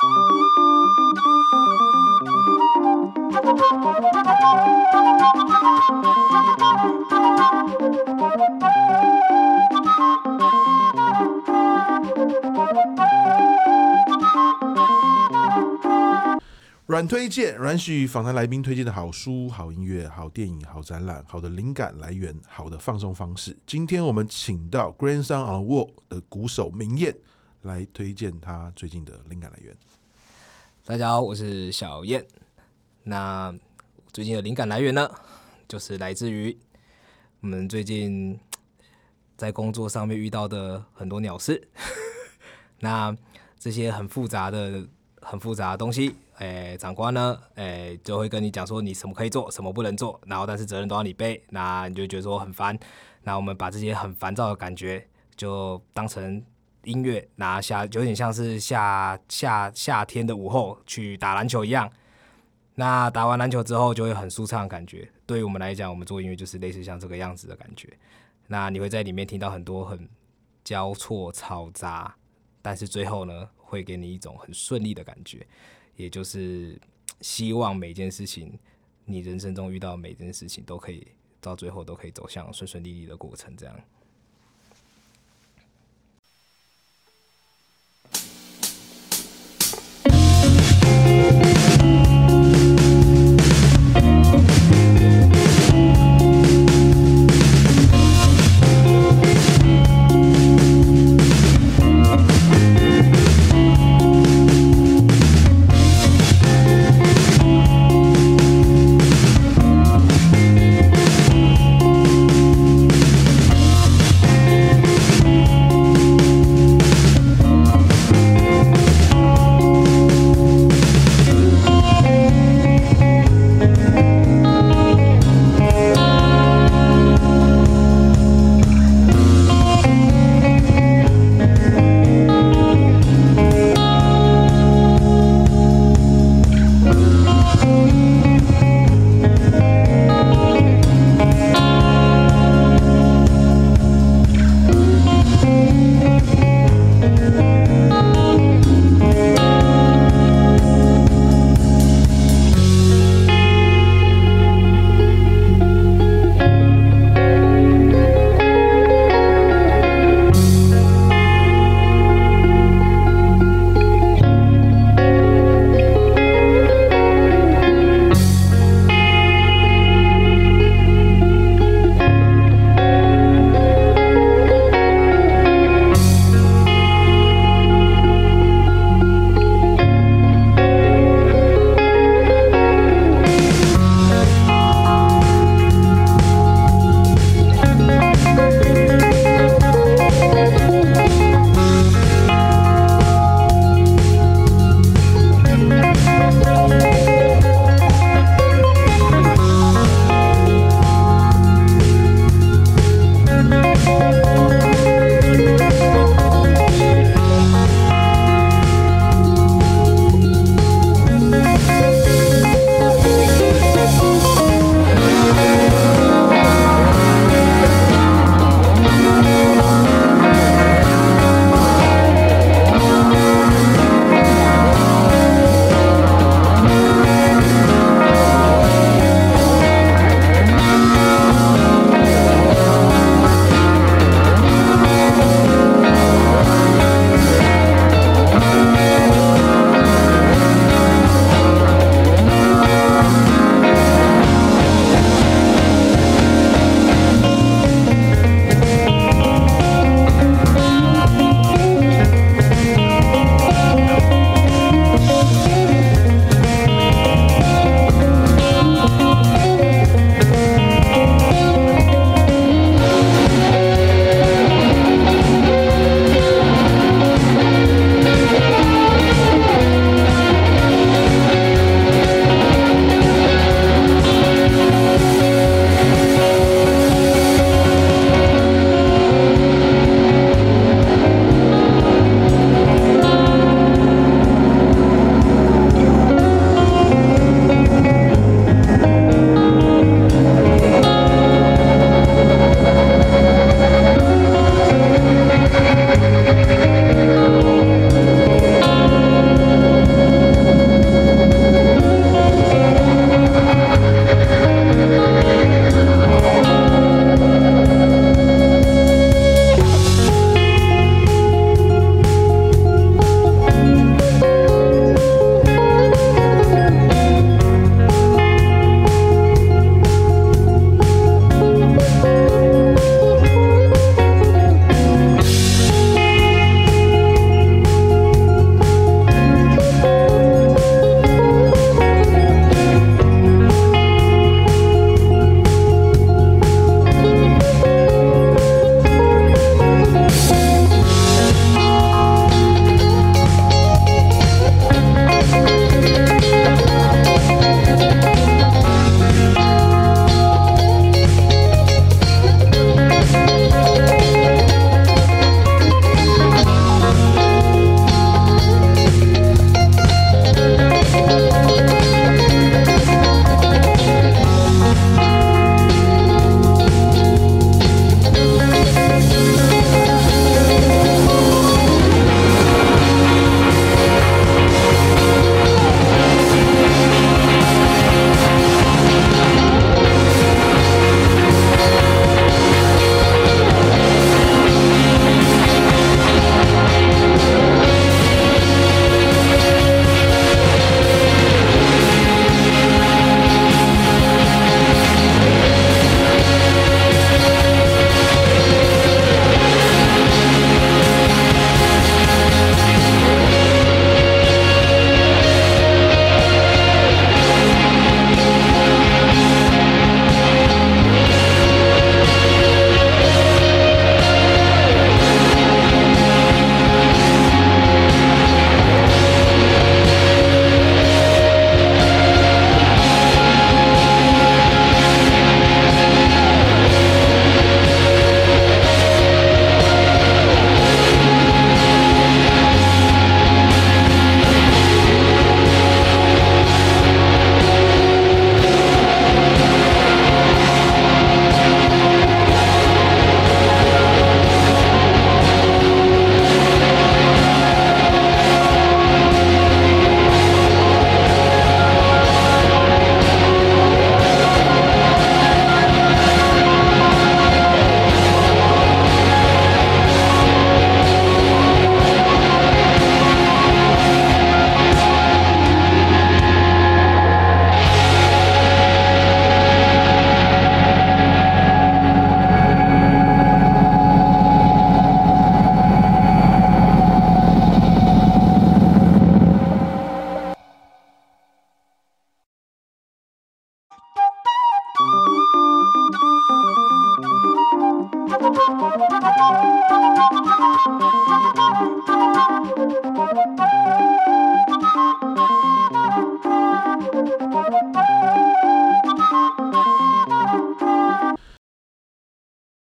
软推荐，阮许访谈来宾推荐的好书、好音乐、好电影、好展览、好的灵感来源、好的放松方式。今天我们请到 Grandson on the Wall 的鼓手明彦来推荐他最近的灵感来源。 大家好，我是小燕。那最近的灵感来源呢，就是来自于我们最近在工作上面遇到的很多鸟事。那这些很复杂的东西，长官呢，就会跟你讲说你什么可以做，什么不能做，然后但是责任都要你背，那你就觉得说很烦。那我们把这些很烦躁的感觉，就当成音乐拿下，有点像是夏天的午后去打篮球一样。那打完篮球之后，就会很舒畅的感觉。对于我们来讲，我们做音乐就是类似像这个样子的感觉。那你会在里面听到很多很交错嘈杂，但是最后呢，会给你一种很顺利的感觉。也就是希望每件事情，你人生中遇到每件事情都可以到最后都可以走向顺顺利利的过程，这样。